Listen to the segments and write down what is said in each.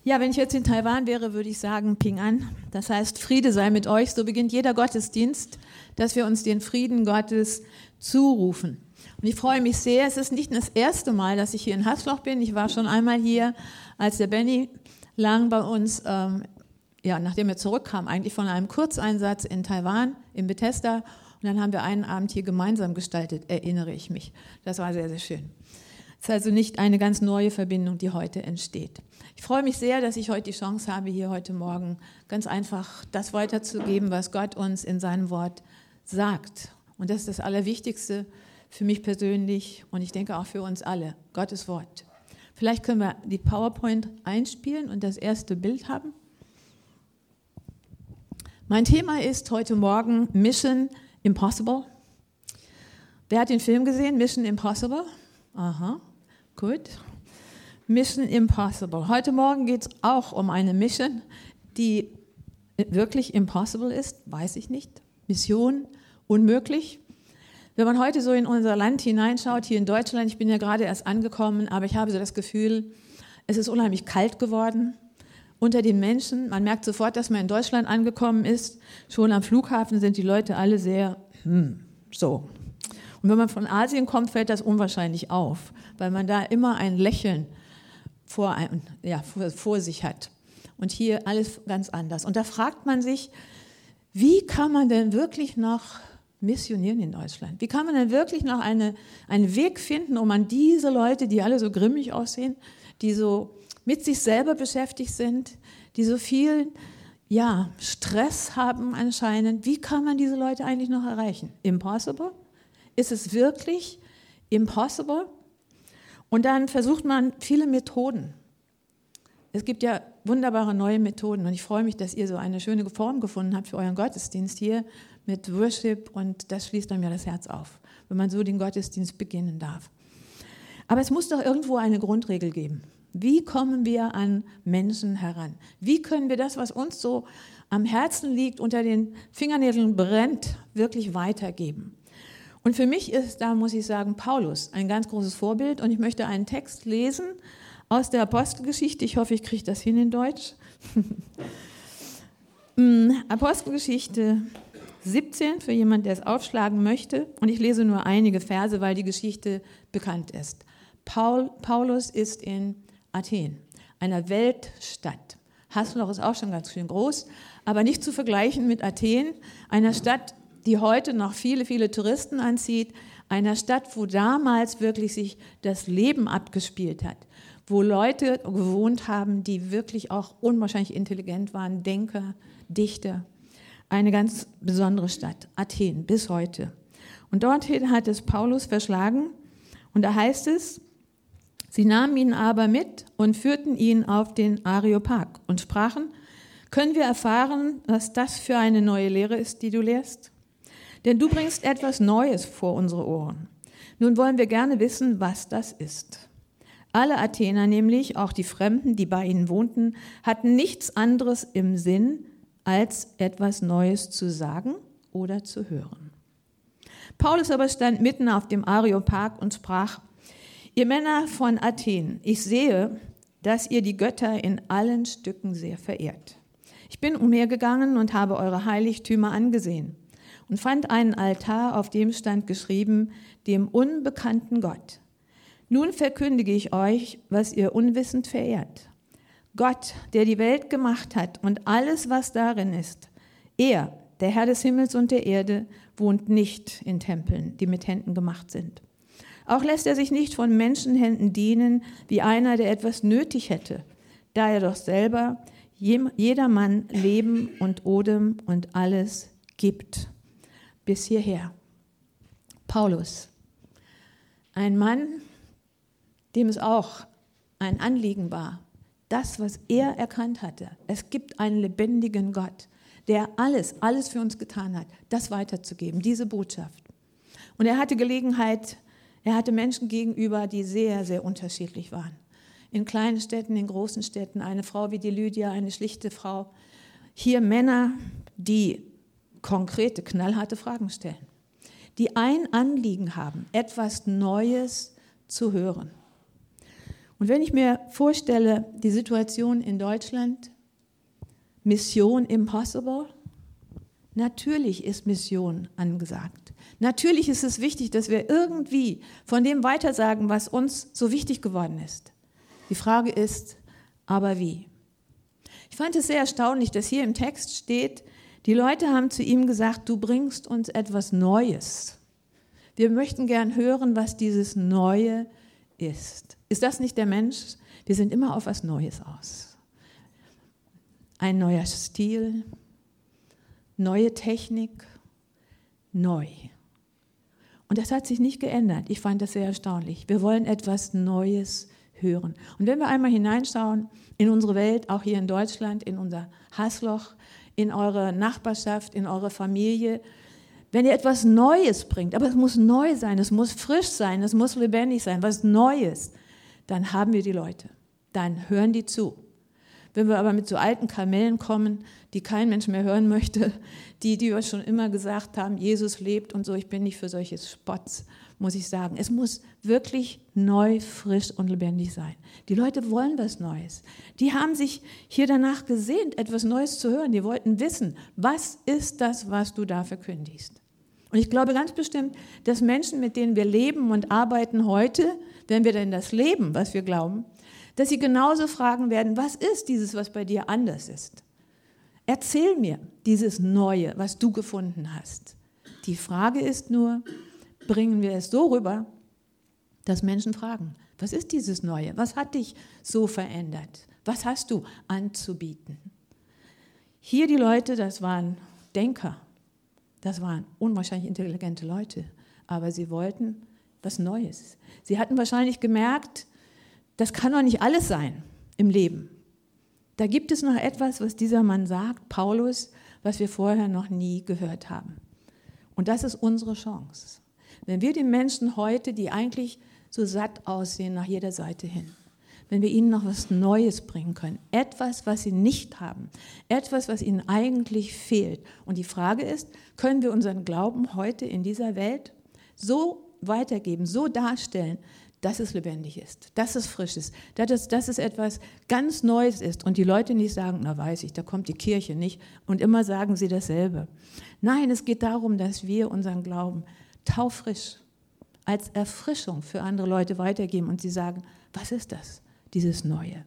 Ja, wenn ich jetzt in Taiwan wäre, würde ich sagen Ping An. Das heißt, Friede sei mit euch. So beginnt jeder Gottesdienst, dass wir uns den Frieden Gottes zurufen. Und ich freue mich sehr. Es ist nicht das erste Mal, dass ich hier in Hasloch bin. Ich war schon einmal hier, als der Benny Lang bei uns, nachdem er zurückkam, eigentlich von einem Kurzeinsatz in Taiwan, in Bethesda. Und dann haben wir einen Abend hier gemeinsam gestaltet, erinnere ich mich. Das war sehr, sehr schön. Es ist also nicht eine ganz neue Verbindung, die heute entsteht. Ich freue mich sehr, dass ich heute die Chance habe, hier heute Morgen ganz einfach das weiterzugeben, was Gott uns in seinem Wort sagt. Und das ist das Allerwichtigste für mich persönlich und ich denke auch für uns alle, Gottes Wort. Vielleicht können wir die PowerPoint einspielen und das erste Bild haben. Mein Thema ist heute Morgen Mission Impossible. Wer hat den Film gesehen, Mission Impossible? Aha, gut. Mission Impossible. Heute Morgen geht es auch um eine Mission, die wirklich impossible ist, weiß ich nicht. Mission unmöglich. Wenn man heute so in unser Land hineinschaut, hier in Deutschland, ich bin ja gerade erst angekommen, aber ich habe so das Gefühl, es ist unheimlich kalt geworden unter den Menschen. Man merkt sofort, dass man in Deutschland angekommen ist. Schon am Flughafen sind die Leute alle sehr so. Und wenn man von Asien kommt, fällt das unwahrscheinlich auf, weil man da immer ein Lächeln vor sich hat. Und hier alles ganz anders. Und da fragt man sich, wie kann man denn wirklich noch missionieren in Deutschland? Wie kann man denn wirklich noch einen Weg finden, um an diese Leute, die alle so grimmig aussehen, die so mit sich selber beschäftigt sind, die so viel Stress haben anscheinend, wie kann man diese Leute eigentlich noch erreichen? Impossible? Ist es wirklich impossible? Und dann versucht man viele Methoden. Es gibt ja wunderbare neue Methoden und ich freue mich, dass ihr so eine schöne Form gefunden habt für euren Gottesdienst hier mit Worship und das schließt dann mir das Herz auf, wenn man so den Gottesdienst beginnen darf. Aber es muss doch irgendwo eine Grundregel geben. Wie kommen wir an Menschen heran? Wie können wir das, was uns so am Herzen liegt, unter den Fingernägeln brennt, wirklich weitergeben? Und für mich ist da, muss ich sagen, Paulus ein ganz großes Vorbild. Und ich möchte einen Text lesen aus der Apostelgeschichte. Ich hoffe, ich kriege das hin in Deutsch. Apostelgeschichte 17, für jemanden, der es aufschlagen möchte. Und ich lese nur einige Verse, weil die Geschichte bekannt ist. Paulus ist in Athen, einer Weltstadt. Hasloch ist auch schon ganz schön groß, aber nicht zu vergleichen mit Athen, einer Stadt, die heute noch viele, viele Touristen anzieht, einer Stadt, wo damals wirklich sich das Leben abgespielt hat, wo Leute gewohnt haben, die wirklich auch unwahrscheinlich intelligent waren, Denker, Dichter. Eine ganz besondere Stadt, Athen, bis heute. Und dorthin hat es Paulus verschlagen und da heißt es, sie nahmen ihn aber mit und führten ihn auf den Areopag und sprachen, können wir erfahren, was das für eine neue Lehre ist, die du lehrst? Denn du bringst etwas Neues vor unsere Ohren. Nun wollen wir gerne wissen, was das ist. Alle Athener nämlich, auch die Fremden, die bei ihnen wohnten, hatten nichts anderes im Sinn, als etwas Neues zu sagen oder zu hören. Paulus aber stand mitten auf dem Areopag und sprach, ihr Männer von Athen, ich sehe, dass ihr die Götter in allen Stücken sehr verehrt. Ich bin umhergegangen und habe eure Heiligtümer angesehen und fand einen Altar, auf dem stand geschrieben, dem unbekannten Gott. Nun verkündige ich euch, was ihr unwissend verehrt. Gott, der die Welt gemacht hat und alles, was darin ist, er, der Herr des Himmels und der Erde, wohnt nicht in Tempeln, die mit Händen gemacht sind. Auch lässt er sich nicht von Menschenhänden dienen, wie einer, der etwas nötig hätte, da er doch selber jedermann Leben und Odem und alles gibt. Bis hierher. Paulus, ein Mann, dem es auch ein Anliegen war, das, was er erkannt hatte. Es gibt einen lebendigen Gott, der alles für uns getan hat, das weiterzugeben, diese Botschaft. Und er hatte Gelegenheit, er hatte Menschen gegenüber, die sehr, sehr unterschiedlich waren. In kleinen Städten, in großen Städten, eine Frau wie die Lydia, eine schlichte Frau. Hier Männer, die konkrete, knallharte Fragen stellen, die ein Anliegen haben, etwas Neues zu hören. Und wenn ich mir vorstelle, die Situation in Deutschland, Mission impossible, natürlich ist Mission angesagt. Natürlich ist es wichtig, dass wir irgendwie von dem weitersagen, was uns so wichtig geworden ist. Die Frage ist, aber wie? Ich fand es sehr erstaunlich, dass hier im Text steht, die Leute haben zu ihm gesagt, du bringst uns etwas Neues. Wir möchten gern hören, was dieses Neue ist. Ist das nicht der Mensch? Wir sind immer auf was Neues aus. Ein neuer Stil, neue Technik, neu. Und das hat sich nicht geändert. Ich fand das sehr erstaunlich. Wir wollen etwas Neues hören. Und wenn wir einmal hineinschauen in unsere Welt, auch hier in Deutschland, in unser Hassloch, in eure Nachbarschaft, in eure Familie, wenn ihr etwas Neues bringt, aber es muss neu sein, es muss frisch sein, es muss lebendig sein, was Neues, dann haben wir die Leute, dann hören die zu. Wenn wir aber mit so alten Kamellen kommen, die kein Mensch mehr hören möchte, die schon immer gesagt haben, Jesus lebt und so, ich bin nicht für solches Spotts, muss ich sagen. Es muss wirklich neu, frisch und lebendig sein. Die Leute wollen was Neues. Die haben sich hier danach gesehnt, etwas Neues zu hören. Die wollten wissen, was ist das, was du da verkündigst? Und ich glaube ganz bestimmt, dass Menschen, mit denen wir leben und arbeiten heute, wenn wir denn das leben, was wir glauben, dass sie genauso fragen werden, was ist dieses, was bei dir anders ist? Erzähl mir dieses Neue, was du gefunden hast. Die Frage ist nur, bringen wir es so rüber, dass Menschen fragen, was ist dieses Neue? Was hat dich so verändert? Was hast du anzubieten? Hier die Leute, das waren Denker, das waren unwahrscheinlich intelligente Leute, aber sie wollten was Neues. Sie hatten wahrscheinlich gemerkt, das kann doch nicht alles sein im Leben. Da gibt es noch etwas, was dieser Mann sagt, Paulus, was wir vorher noch nie gehört haben. Und das ist unsere Chance. Wenn wir den Menschen heute, die eigentlich so satt aussehen, nach jeder Seite hin, wenn wir ihnen noch was Neues bringen können, etwas, was sie nicht haben, etwas, was ihnen eigentlich fehlt. Und die Frage ist, können wir unseren Glauben heute in dieser Welt so weitergeben, so darstellen, dass es lebendig ist, dass es frisch ist, dass es etwas ganz Neues ist und die Leute nicht sagen, na weiß ich, da kommt die Kirche nicht und immer sagen sie dasselbe. Nein, es geht darum, dass wir unseren Glauben taufrisch als Erfrischung für andere Leute weitergeben und sie sagen, was ist das, dieses Neue?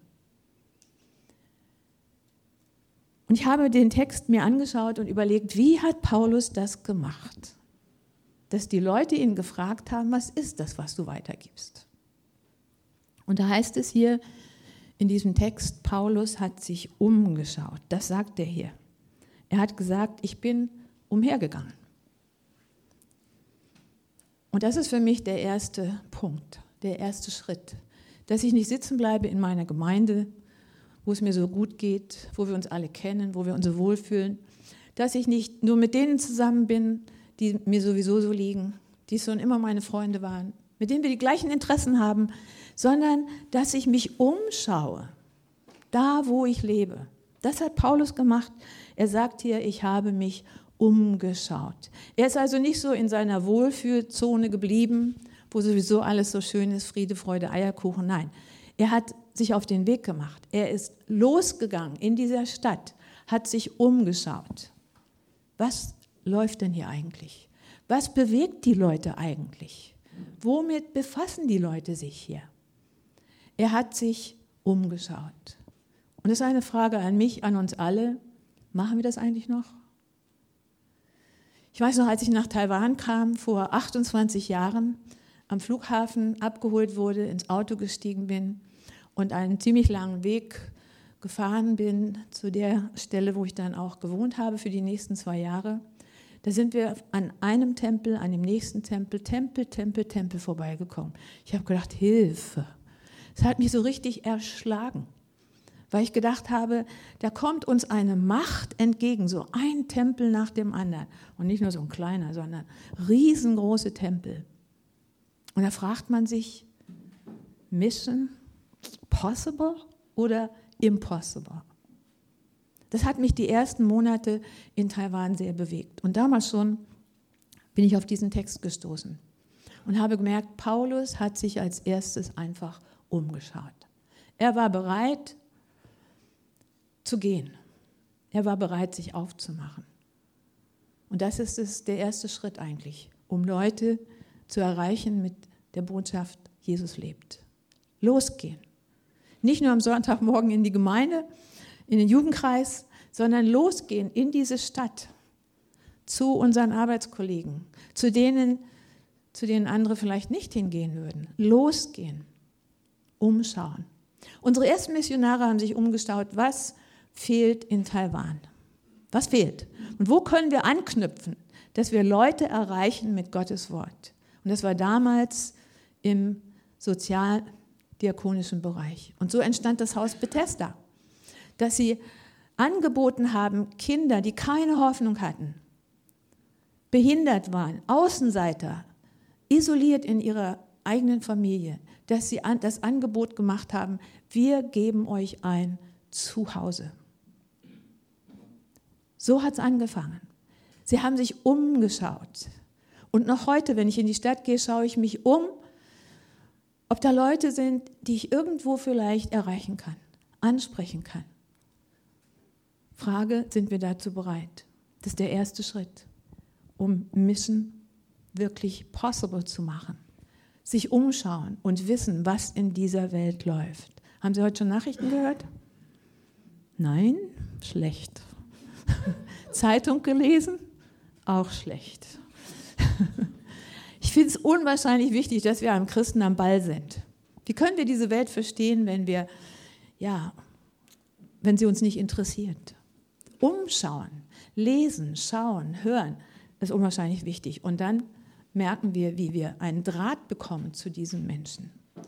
Und ich habe den Text mir angeschaut und überlegt, wie hat Paulus das gemacht? Dass die Leute ihn gefragt haben, was ist das, was du weitergibst? Und da heißt es hier in diesem Text, Paulus hat sich umgeschaut. Das sagt er hier. Er hat gesagt, ich bin umhergegangen. Und das ist für mich der erste Punkt, der erste Schritt, dass ich nicht sitzen bleibe in meiner Gemeinde, wo es mir so gut geht, wo wir uns alle kennen, wo wir uns so wohlfühlen, dass ich nicht nur mit denen zusammen bin, die mir sowieso so liegen, die schon immer meine Freunde waren, mit denen wir die gleichen Interessen haben, sondern dass ich mich umschaue, da wo ich lebe. Das hat Paulus gemacht. Er sagt hier, ich habe mich umgeschaut. Er ist also nicht so in seiner Wohlfühlzone geblieben, wo sowieso alles so schön ist, Friede, Freude, Eierkuchen. Nein, er hat sich auf den Weg gemacht. Er ist losgegangen in dieser Stadt, hat sich umgeschaut. Was läuft denn hier eigentlich? Was bewegt die Leute eigentlich? Womit befassen die Leute sich hier? Er hat sich umgeschaut. Und das ist eine Frage an mich, an uns alle. Machen wir das eigentlich noch? Ich weiß noch, als ich nach Taiwan kam, vor 28 Jahren, am Flughafen abgeholt wurde, ins Auto gestiegen bin und einen ziemlich langen Weg gefahren bin zu der Stelle, wo ich dann auch gewohnt habe für die nächsten 2 Jahre. Da sind wir an einem Tempel, an dem nächsten Tempel vorbeigekommen. Ich habe gedacht, Hilfe. Es hat mich so richtig erschlagen, weil ich gedacht habe, da kommt uns eine Macht entgegen, so ein Tempel nach dem anderen. Und nicht nur so ein kleiner, sondern riesengroße Tempel. Und da fragt man sich, Mission possible oder impossible? Das hat mich die ersten Monate in Taiwan sehr bewegt. Und damals schon bin ich auf diesen Text gestoßen und habe gemerkt, Paulus hat sich als erstes einfach umgeschaut. Er war bereit zu gehen. Er war bereit, sich aufzumachen. Und das ist der erste Schritt eigentlich, um Leute zu erreichen mit der Botschaft, Jesus lebt. Losgehen. Nicht nur am Sonntagmorgen in die Gemeinde, in den Jugendkreis, sondern losgehen in diese Stadt, zu unseren Arbeitskollegen, zu denen andere vielleicht nicht hingehen würden. Losgehen, umschauen. Unsere ersten Missionare haben sich umgeschaut, was fehlt in Taiwan? Was fehlt? Und wo können wir anknüpfen, dass wir Leute erreichen mit Gottes Wort? Und das war damals im sozialdiakonischen Bereich. Und so entstand das Haus Bethesda, dass sie angeboten haben, Kinder, die keine Hoffnung hatten, behindert waren, Außenseiter, isoliert in ihrer eigenen Familie, dass sie das Angebot gemacht haben, wir geben euch ein Zuhause. So hat es angefangen. Sie haben sich umgeschaut. Und noch heute, wenn ich in die Stadt gehe, schaue ich mich um, ob da Leute sind, die ich irgendwo vielleicht erreichen kann, ansprechen kann. Frage, sind wir dazu bereit? Das ist der erste Schritt, um Mission wirklich possible zu machen. Sich umschauen und wissen, was in dieser Welt läuft. Haben Sie heute schon Nachrichten gehört? Nein? Schlecht. Zeitung gelesen? Auch schlecht. Ich finde es unwahrscheinlich wichtig, dass wir am Christen am Ball sind. Wie können wir diese Welt verstehen, wenn sie uns nicht interessiert? Umschauen, lesen, schauen, hören, ist unwahrscheinlich wichtig. Und dann merken wir, wie wir einen Draht bekommen zu diesen Menschen.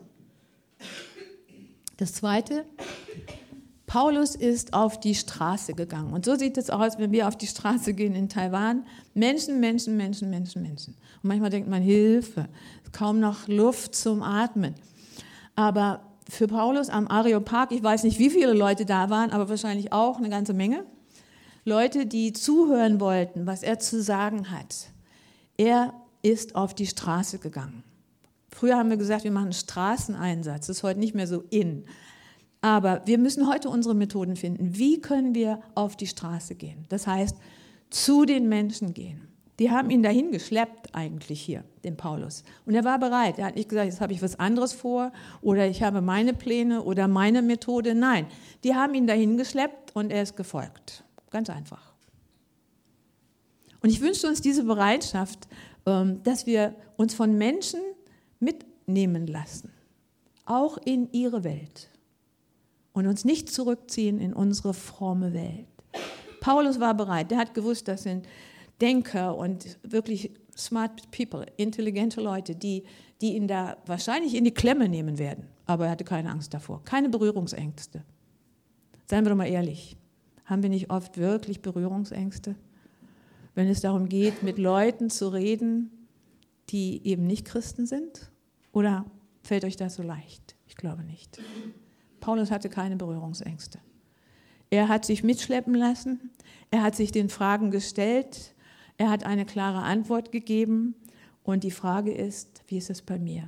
Das Zweite, Paulus ist auf die Straße gegangen. Und so sieht es aus, wenn wir auf die Straße gehen in Taiwan. Menschen. Und manchmal denkt man, Hilfe, kaum noch Luft zum Atmen. Aber für Paulus am Areopag, ich weiß nicht, wie viele Leute da waren, aber wahrscheinlich auch eine ganze Menge, Leute, die zuhören wollten, was er zu sagen hat. Er ist auf die Straße gegangen. Früher haben wir gesagt, wir machen einen Straßeneinsatz. Das ist heute nicht mehr so in. Aber wir müssen heute unsere Methoden finden. Wie können wir auf die Straße gehen? Das heißt, zu den Menschen gehen. Die haben ihn dahin geschleppt eigentlich hier, den Paulus. Und er war bereit. Er hat nicht gesagt, jetzt habe ich was anderes vor oder ich habe meine Pläne oder meine Methode. Nein, die haben ihn dahin geschleppt und er ist gefolgt. Ganz einfach. Und ich wünsche uns diese Bereitschaft, dass wir uns von Menschen mitnehmen lassen, auch in ihre Welt. Und uns nicht zurückziehen in unsere fromme Welt. Paulus war bereit, der hat gewusst, das sind Denker und wirklich smart people, intelligente Leute, die ihn da wahrscheinlich in die Klemme nehmen werden. Aber er hatte keine Angst davor, keine Berührungsängste. Seien wir doch mal ehrlich, haben wir nicht oft wirklich Berührungsängste? Wenn es darum geht, mit Leuten zu reden, die eben nicht Christen sind? Oder fällt euch das so leicht? Ich glaube nicht. Paulus hatte keine Berührungsängste. Er hat sich mitschleppen lassen, er hat sich den Fragen gestellt, er hat eine klare Antwort gegeben und die Frage ist, wie ist es bei mir?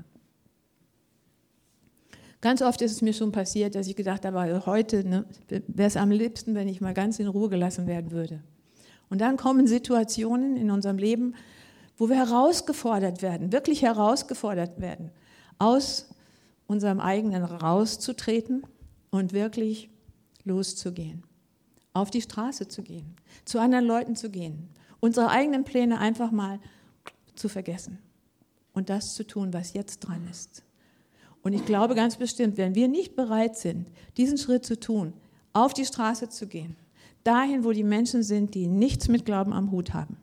Ganz oft ist es mir schon passiert, dass ich gedacht habe, heute wäre es am liebsten, wenn ich mal ganz in Ruhe gelassen werden würde. Und dann kommen Situationen in unserem Leben, wo wir herausgefordert werden, wirklich herausgefordert werden, aus unserem eigenen rauszutreten und wirklich loszugehen, auf die Straße zu gehen, zu anderen Leuten zu gehen, unsere eigenen Pläne einfach mal zu vergessen und das zu tun, was jetzt dran ist. Und ich glaube ganz bestimmt, wenn wir nicht bereit sind, diesen Schritt zu tun, auf die Straße zu gehen, dahin, wo die Menschen sind, die nichts mit Glauben am Hut haben,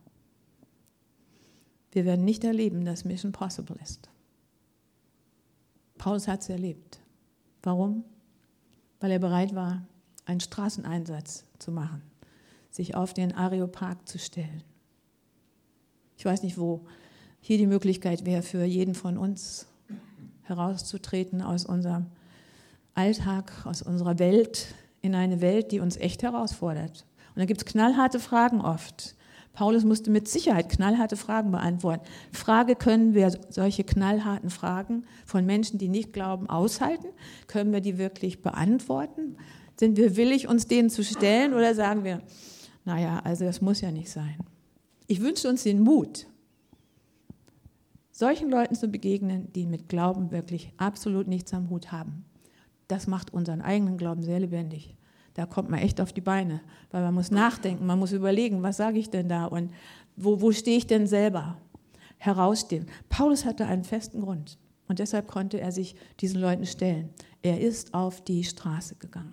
wir werden nicht erleben, dass Mission possible ist. Paulus hat es erlebt. Warum? Weil er bereit war, einen Straßeneinsatz zu machen, sich auf den Areopag zu stellen. Ich weiß nicht, wo hier die Möglichkeit wäre, für jeden von uns herauszutreten aus unserem Alltag, aus unserer Welt, in eine Welt, die uns echt herausfordert. Und da gibt es knallharte Fragen oft. Paulus musste mit Sicherheit knallharte Fragen beantworten. Frage, können wir solche knallharten Fragen von Menschen, die nicht glauben, aushalten? Können wir die wirklich beantworten? Sind wir willig, uns denen zu stellen, oder sagen wir, naja, also das muss ja nicht sein. Ich wünsche uns den Mut, solchen Leuten zu begegnen, die mit Glauben wirklich absolut nichts am Hut haben. Das macht unseren eigenen Glauben sehr lebendig. Da kommt man echt auf die Beine, weil man muss nachdenken, man muss überlegen, was sage ich denn da und wo stehe ich denn selber? Herausstehen. Paulus hatte einen festen Grund und deshalb konnte er sich diesen Leuten stellen. Er ist auf die Straße gegangen.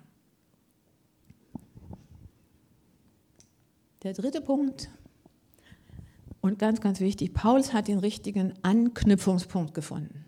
Der dritte Punkt und ganz, ganz wichtig, Paulus hat den richtigen Anknüpfungspunkt gefunden.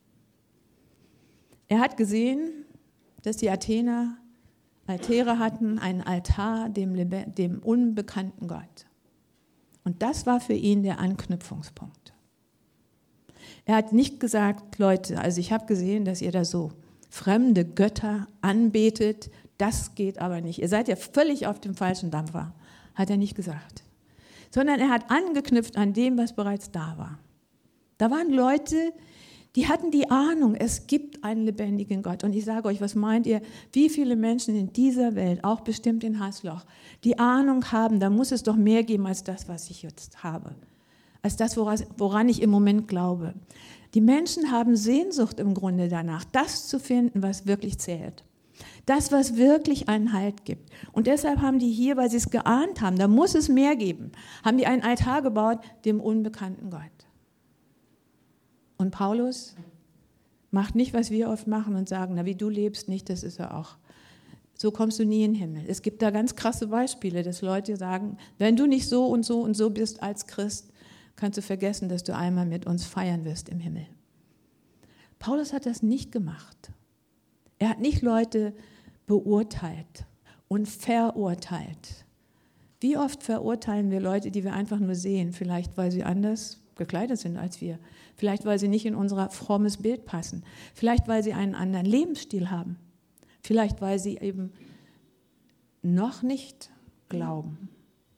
Er hat gesehen, dass die Athener Altäre hatten, einen Altar dem unbekannten Gott. Und das war für ihn der Anknüpfungspunkt. Er hat nicht gesagt, Leute, also ich habe gesehen, dass ihr da so fremde Götter anbetet, das geht aber nicht. Ihr seid ja völlig auf dem falschen Dampfer, hat er nicht gesagt. Sondern er hat angeknüpft an dem, was bereits da war. Da waren Leute, die hatten die Ahnung, es gibt einen lebendigen Gott. Und ich sage euch, was meint ihr, wie viele Menschen in dieser Welt, auch bestimmt in Hasloch, die Ahnung haben, da muss es doch mehr geben als das, was ich jetzt habe. Als das, woran ich im Moment glaube. Die Menschen haben Sehnsucht im Grunde danach, das zu finden, was wirklich zählt. Das, was wirklich einen Halt gibt. Und deshalb haben die hier, weil sie es geahnt haben, da muss es mehr geben, haben die einen Altar gebaut, dem unbekannten Gott. Und Paulus macht nicht, was wir oft machen und sagen, na, wie du lebst nicht, das ist er auch. So kommst du nie in den Himmel. Es gibt da ganz krasse Beispiele, dass Leute sagen, wenn du nicht so und so und so bist als Christ, kannst du vergessen, dass du einmal mit uns feiern wirst im Himmel. Paulus hat das nicht gemacht. Er hat nicht Leute beurteilt und verurteilt. Wie oft verurteilen wir Leute, die wir einfach nur sehen, vielleicht weil sie anders gekleidet sind als wir, vielleicht weil sie nicht in unser frommes Bild passen, vielleicht weil sie einen anderen Lebensstil haben, vielleicht weil sie eben noch nicht glauben.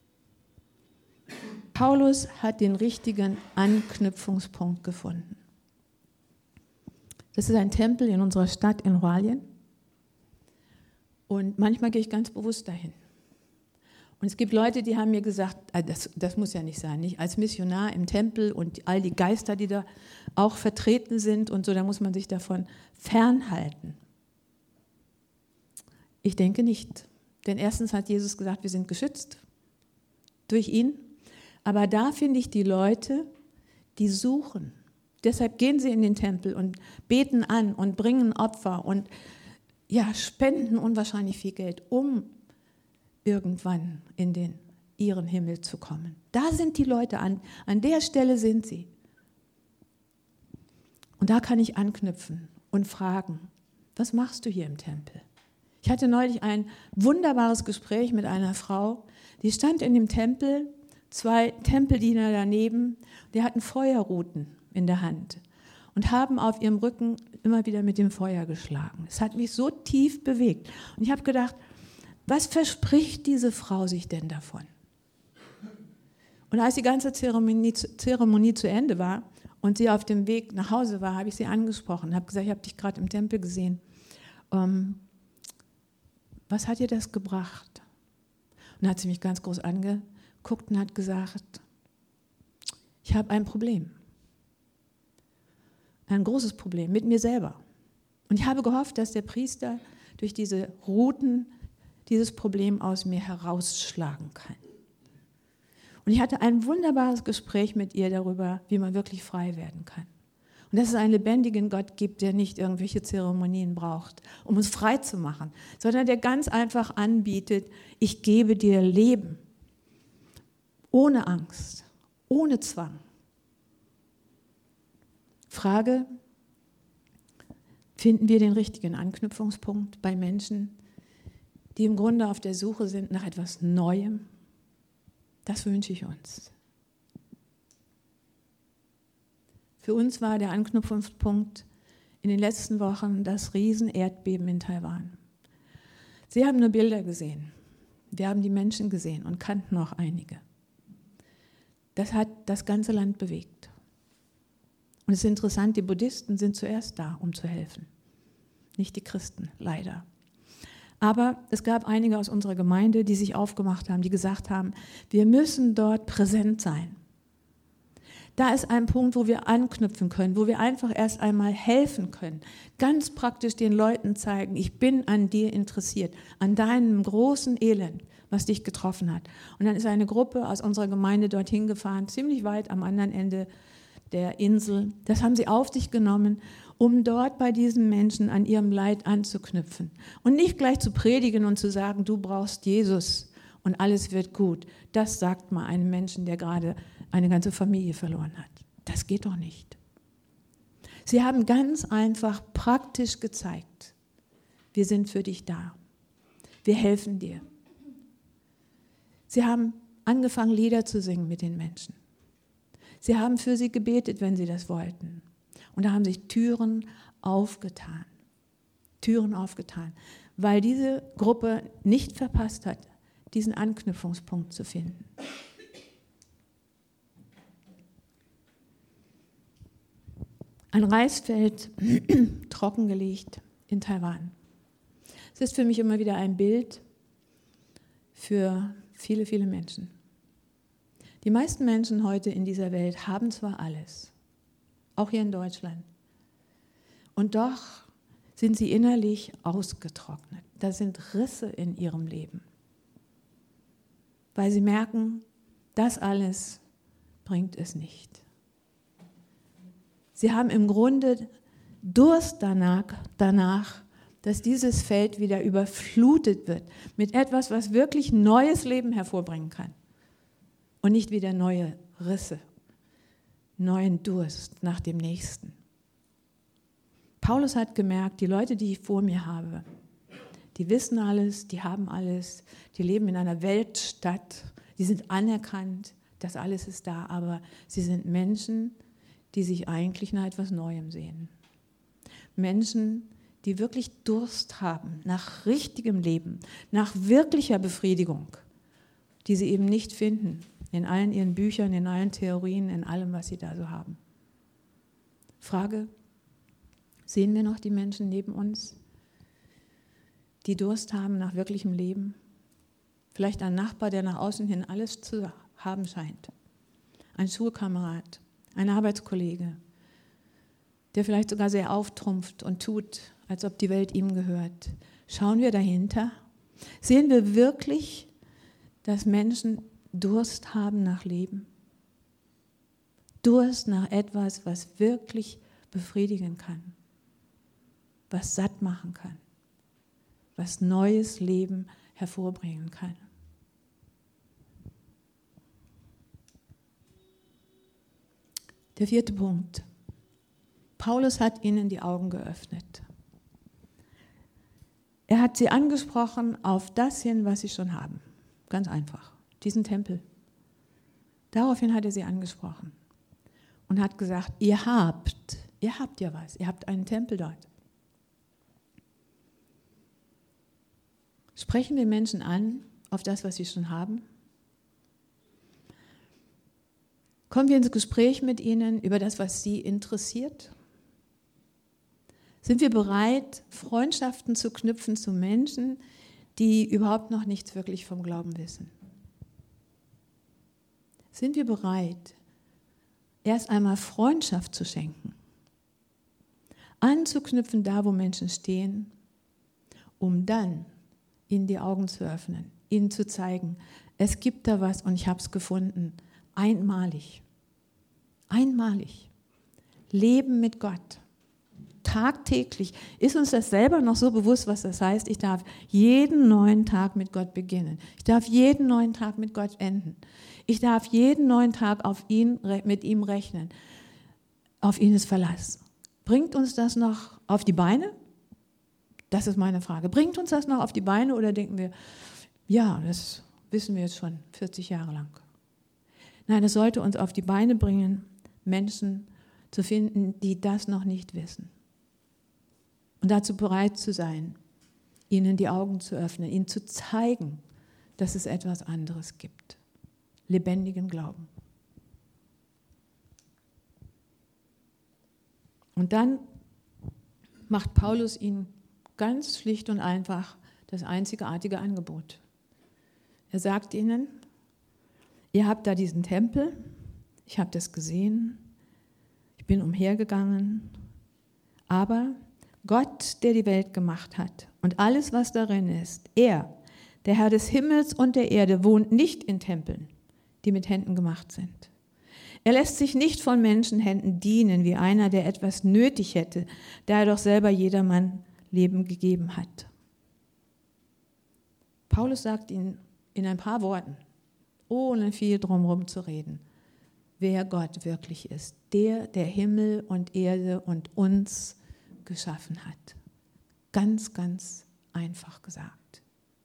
Paulus hat den richtigen Anknüpfungspunkt gefunden. Das ist ein Tempel in unserer Stadt in Roalien und manchmal gehe ich ganz bewusst dahin. Und es gibt Leute, die haben mir gesagt, das muss ja nicht sein, nicht als Missionar im Tempel und all die Geister, die da auch vertreten sind und so, da muss man sich davon fernhalten. Ich denke nicht, denn erstens hat Jesus gesagt, wir sind geschützt durch ihn, aber da finde ich die Leute, die suchen. Deshalb gehen sie in den Tempel und beten an und bringen Opfer und ja, spenden unwahrscheinlich viel Geld, um irgendwann in ihren Himmel zu kommen. Da sind die Leute, an der Stelle sind sie. Und da kann ich anknüpfen und fragen, was machst du hier im Tempel? Ich hatte neulich ein wunderbares Gespräch mit einer Frau, die stand in dem Tempel, 2 Tempeldiener daneben, die hatten Feuerruten in der Hand und haben auf ihrem Rücken immer wieder mit dem Feuer geschlagen. Es hat mich so tief bewegt. Und ich habe gedacht, was verspricht diese Frau sich denn davon? Und als die ganze Zeremonie zu Ende war und sie auf dem Weg nach Hause war, habe ich sie angesprochen, habe gesagt, ich habe dich gerade im Tempel gesehen. Was hat dir das gebracht? Und dann hat sie mich ganz groß angeguckt und hat gesagt, ich habe ein Problem. Ein großes Problem mit mir selber. Und ich habe gehofft, dass der Priester durch diese Ruten dieses Problem aus mir herausschlagen kann. Und ich hatte ein wunderbares Gespräch mit ihr darüber, wie man wirklich frei werden kann. Und dass es einen lebendigen Gott gibt, der nicht irgendwelche Zeremonien braucht, um uns frei zu machen, sondern der ganz einfach anbietet, ich gebe dir Leben, ohne Angst, ohne Zwang. Frage, finden wir den richtigen Anknüpfungspunkt bei Menschen, die im Grunde auf der Suche sind nach etwas Neuem? Das wünsche ich uns. Für uns war der Anknüpfungspunkt in den letzten Wochen das Riesenerdbeben in Taiwan. Sie haben nur Bilder gesehen. Wir haben die Menschen gesehen und kannten auch einige. Das hat das ganze Land bewegt. Und es ist interessant, die Buddhisten sind zuerst da, um zu helfen. Nicht die Christen, leider. Aber es gab einige aus unserer Gemeinde, die sich aufgemacht haben, die gesagt haben, wir müssen dort präsent sein. Da ist ein Punkt, wo wir anknüpfen können, wo wir einfach erst einmal helfen können. Ganz praktisch den Leuten zeigen, ich bin an dir interessiert, an deinem großen Elend, was dich getroffen hat. Und dann ist eine Gruppe aus unserer Gemeinde dorthin gefahren, ziemlich weit am anderen Ende der Insel. Das haben sie auf sich genommen, um dort bei diesen Menschen an ihrem Leid anzuknüpfen. Und nicht gleich zu predigen und zu sagen, du brauchst Jesus und alles wird gut. Das sagt mal einem Menschen, der gerade eine ganze Familie verloren hat. Das geht doch nicht. Sie haben ganz einfach praktisch gezeigt, wir sind für dich da. Wir helfen dir. Sie haben angefangen, Lieder zu singen mit den Menschen. Sie haben für sie gebetet, wenn sie das wollten. Und da haben sich Türen aufgetan. Türen aufgetan, weil diese Gruppe nicht verpasst hat, diesen Anknüpfungspunkt zu finden. Ein Reisfeld, trockengelegt in Taiwan. Es ist für mich immer wieder ein Bild für viele, viele Menschen. Die meisten Menschen heute in dieser Welt haben zwar alles, auch hier in Deutschland, und doch sind sie innerlich ausgetrocknet. Da sind Risse in ihrem Leben, weil sie merken, das alles bringt es nicht. Sie haben im Grunde Durst danach, dass dieses Feld wieder überflutet wird mit etwas, was wirklich neues Leben hervorbringen kann und nicht wieder neue Risse, neuen Durst nach dem Nächsten. Paulus hat gemerkt, die Leute, die ich vor mir habe, die wissen alles, die haben alles, die leben in einer Weltstadt, die sind anerkannt, das alles ist da, aber sie sind Menschen, die sich eigentlich nach etwas Neuem sehen. Menschen, die wirklich Durst haben nach richtigem Leben, nach wirklicher Befriedigung, die sie eben nicht finden in allen ihren Büchern, in allen Theorien, in allem, was sie da so haben. Frage, sehen wir noch die Menschen neben uns, die Durst haben nach wirklichem Leben? Vielleicht ein Nachbar, der nach außen hin alles zu haben scheint. Ein Schulkamerad, ein Arbeitskollege, der vielleicht sogar sehr auftrumpft und tut, als ob die Welt ihm gehört. Schauen wir dahinter? Sehen wir wirklich, dass Menschen Durst haben nach Leben? Durst nach etwas, was wirklich befriedigen kann, was satt machen kann, was neues Leben hervorbringen kann. Der 4. Punkt. Paulus hat ihnen die Augen geöffnet. Er hat sie angesprochen auf das hin, was sie schon haben. Ganz einfach, diesen Tempel. Daraufhin hat er sie angesprochen und hat gesagt, ihr habt ja was, ihr habt einen Tempel dort. Sprechen wir Menschen an auf das, was sie schon haben? Kommen wir ins Gespräch mit ihnen über das, was sie interessiert? Sind wir bereit, Freundschaften zu knüpfen zu Menschen, die überhaupt noch nichts wirklich vom Glauben wissen? Sind wir bereit, erst einmal Freundschaft zu schenken, anzuknüpfen da, wo Menschen stehen, um dann ihnen die Augen zu öffnen, ihnen zu zeigen, es gibt da was und ich habe es gefunden. Einmalig. Leben mit Gott. Tagtäglich. Ist uns das selber noch so bewusst, was das heißt? Ich darf jeden neuen Tag mit Gott beginnen. Ich darf jeden neuen Tag mit Gott enden. Ich darf jeden neuen Tag mit ihm rechnen. Auf ihn ist Verlass. Bringt uns das noch auf die Beine? Das ist meine Frage. Bringt uns das noch auf die Beine oder denken wir, ja, das wissen wir jetzt schon 40 Jahre lang? Nein, es sollte uns auf die Beine bringen, Menschen zu finden, die das noch nicht wissen. Und dazu bereit zu sein, ihnen die Augen zu öffnen, ihnen zu zeigen, dass es etwas anderes gibt. Lebendigen Glauben. Und dann macht Paulus ihnen ganz schlicht und einfach das einzigartige Angebot. Er sagt ihnen, ihr habt da diesen Tempel, ich habe das gesehen, ich bin umhergegangen, aber Gott, der die Welt gemacht hat und alles, was darin ist, er, der Herr des Himmels und der Erde, wohnt nicht in Tempeln, die mit Händen gemacht sind. Er lässt sich nicht von Menschenhänden dienen, wie einer, der etwas nötig hätte, da er doch selber jedermann Leben gegeben hat. Paulus sagt ihnen in ein paar Worten, ohne viel drumherum zu reden, wer Gott wirklich ist. Der Himmel und Erde und uns geschaffen hat. Ganz, ganz einfach gesagt.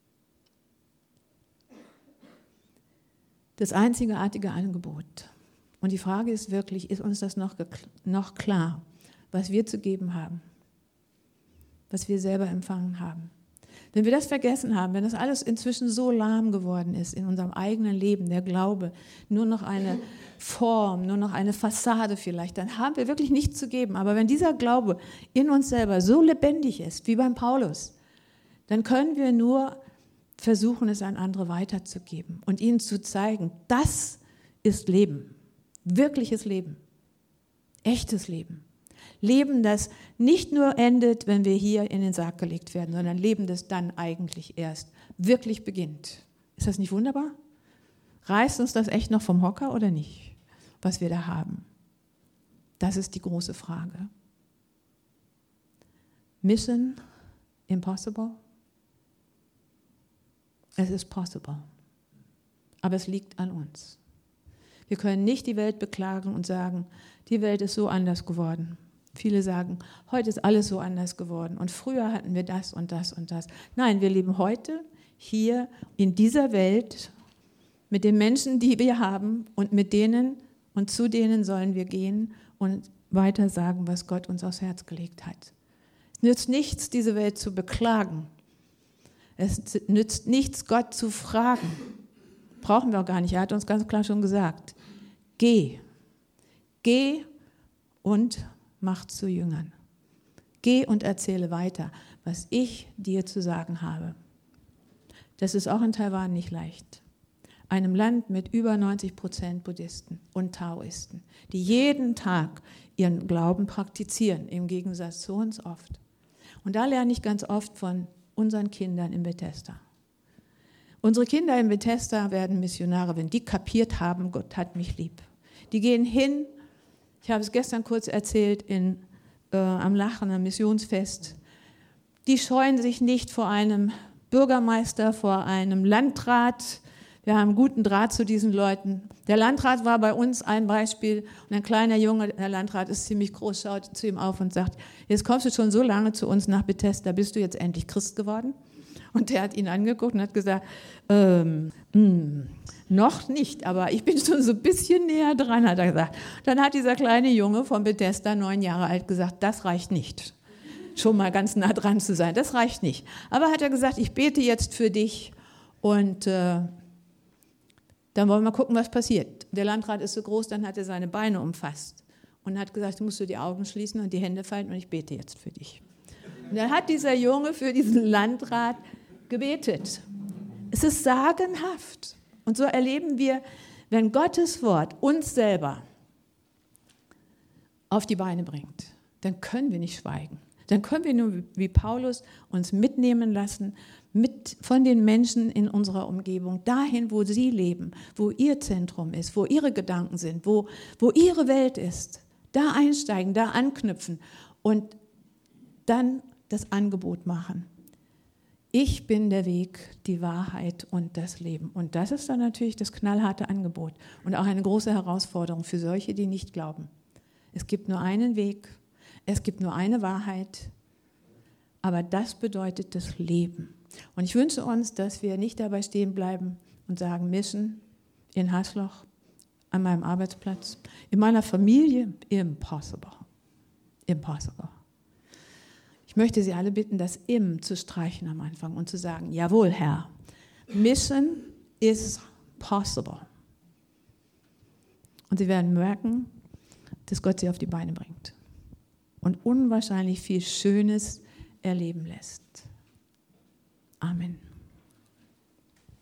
Das einzigartige Angebot. Und die Frage ist wirklich, ist uns das noch klar, was wir zu geben haben, was wir selber empfangen haben? Wenn wir das vergessen haben, wenn das alles inzwischen so lahm geworden ist in unserem eigenen Leben, der Glaube, nur noch eine Form, nur noch eine Fassade vielleicht, dann haben wir wirklich nichts zu geben. Aber wenn dieser Glaube in uns selber so lebendig ist, wie beim Paulus, dann können wir nur versuchen, es an andere weiterzugeben und ihnen zu zeigen, das ist Leben, wirkliches Leben, echtes Leben. Leben, das nicht nur endet, wenn wir hier in den Sarg gelegt werden, sondern Leben, das dann eigentlich erst wirklich beginnt. Ist das nicht wunderbar? Reißt uns das echt noch vom Hocker oder nicht, was wir da haben? Das ist die große Frage. Mission impossible? Es ist possible, aber es liegt an uns. Wir können nicht die Welt beklagen und sagen, die Welt ist so anders geworden. Viele sagen, heute ist alles so anders geworden und früher hatten wir das und das und das. Nein, wir leben heute hier in dieser Welt mit den Menschen, die wir haben und mit denen und zu denen sollen wir gehen und weiter sagen, was Gott uns aufs Herz gelegt hat. Es nützt nichts, diese Welt zu beklagen. Es nützt nichts, Gott zu fragen. Brauchen wir auch gar nicht. Er hat uns ganz klar schon gesagt, geh und mach zu Jüngern. Geh und erzähle weiter, was ich dir zu sagen habe. Das ist auch in Taiwan nicht leicht. Einem Land mit über 90% Buddhisten und Taoisten, die jeden Tag ihren Glauben praktizieren, im Gegensatz zu uns oft. Und da lerne ich ganz oft von unseren Kindern in Bethesda. Unsere Kinder in Bethesda werden Missionare, wenn die kapiert haben, Gott hat mich lieb. Die gehen hin, ich habe es gestern kurz erzählt, am Lachener Missionsfest. Die scheuen sich nicht vor einem Bürgermeister, vor einem Landrat. Wir haben guten Draht zu diesen Leuten. Der Landrat war bei uns ein Beispiel und ein kleiner Junge, der Landrat ist ziemlich groß, schaut zu ihm auf und sagt, jetzt kommst du schon so lange zu uns nach Bethesda, bist du jetzt endlich Christ geworden? Und der hat ihn angeguckt und hat gesagt, noch nicht, aber ich bin schon so ein bisschen näher dran, hat er gesagt. Dann hat dieser kleine Junge von Bethesda, 9 Jahre alt, gesagt, das reicht nicht. Schon mal ganz nah dran zu sein, das reicht nicht. Aber hat er gesagt, ich bete jetzt für dich und dann wollen wir mal gucken, was passiert. Der Landrat ist so groß, dann hat er seine Beine umfasst und hat gesagt, du musst die Augen schließen und die Hände falten und ich bete jetzt für dich. Und dann hat dieser Junge für diesen Landrat gebetet. Es ist sagenhaft. Und so erleben wir, wenn Gottes Wort uns selber auf die Beine bringt, dann können wir nicht schweigen. Dann können wir nur wie Paulus uns mitnehmen lassen, von den Menschen in unserer Umgebung, dahin, wo sie leben, wo ihr Zentrum ist, wo ihre Gedanken sind, wo ihre Welt ist. Da einsteigen, da anknüpfen und dann das Angebot machen. Ich bin der Weg, die Wahrheit und das Leben. Und das ist dann natürlich das knallharte Angebot und auch eine große Herausforderung für solche, die nicht glauben. Es gibt nur einen Weg, es gibt nur eine Wahrheit, aber das bedeutet das Leben. Und ich wünsche uns, dass wir nicht dabei stehen bleiben und sagen, Mission in Haßloch, an meinem Arbeitsplatz, in meiner Familie, impossible. Impossible. Ich möchte Sie alle bitten, das Im zu streichen am Anfang und zu sagen, jawohl, Herr, Mission is possible. Und Sie werden merken, dass Gott Sie auf die Beine bringt. und unwahrscheinlich viel Schönes erleben lässt. Amen.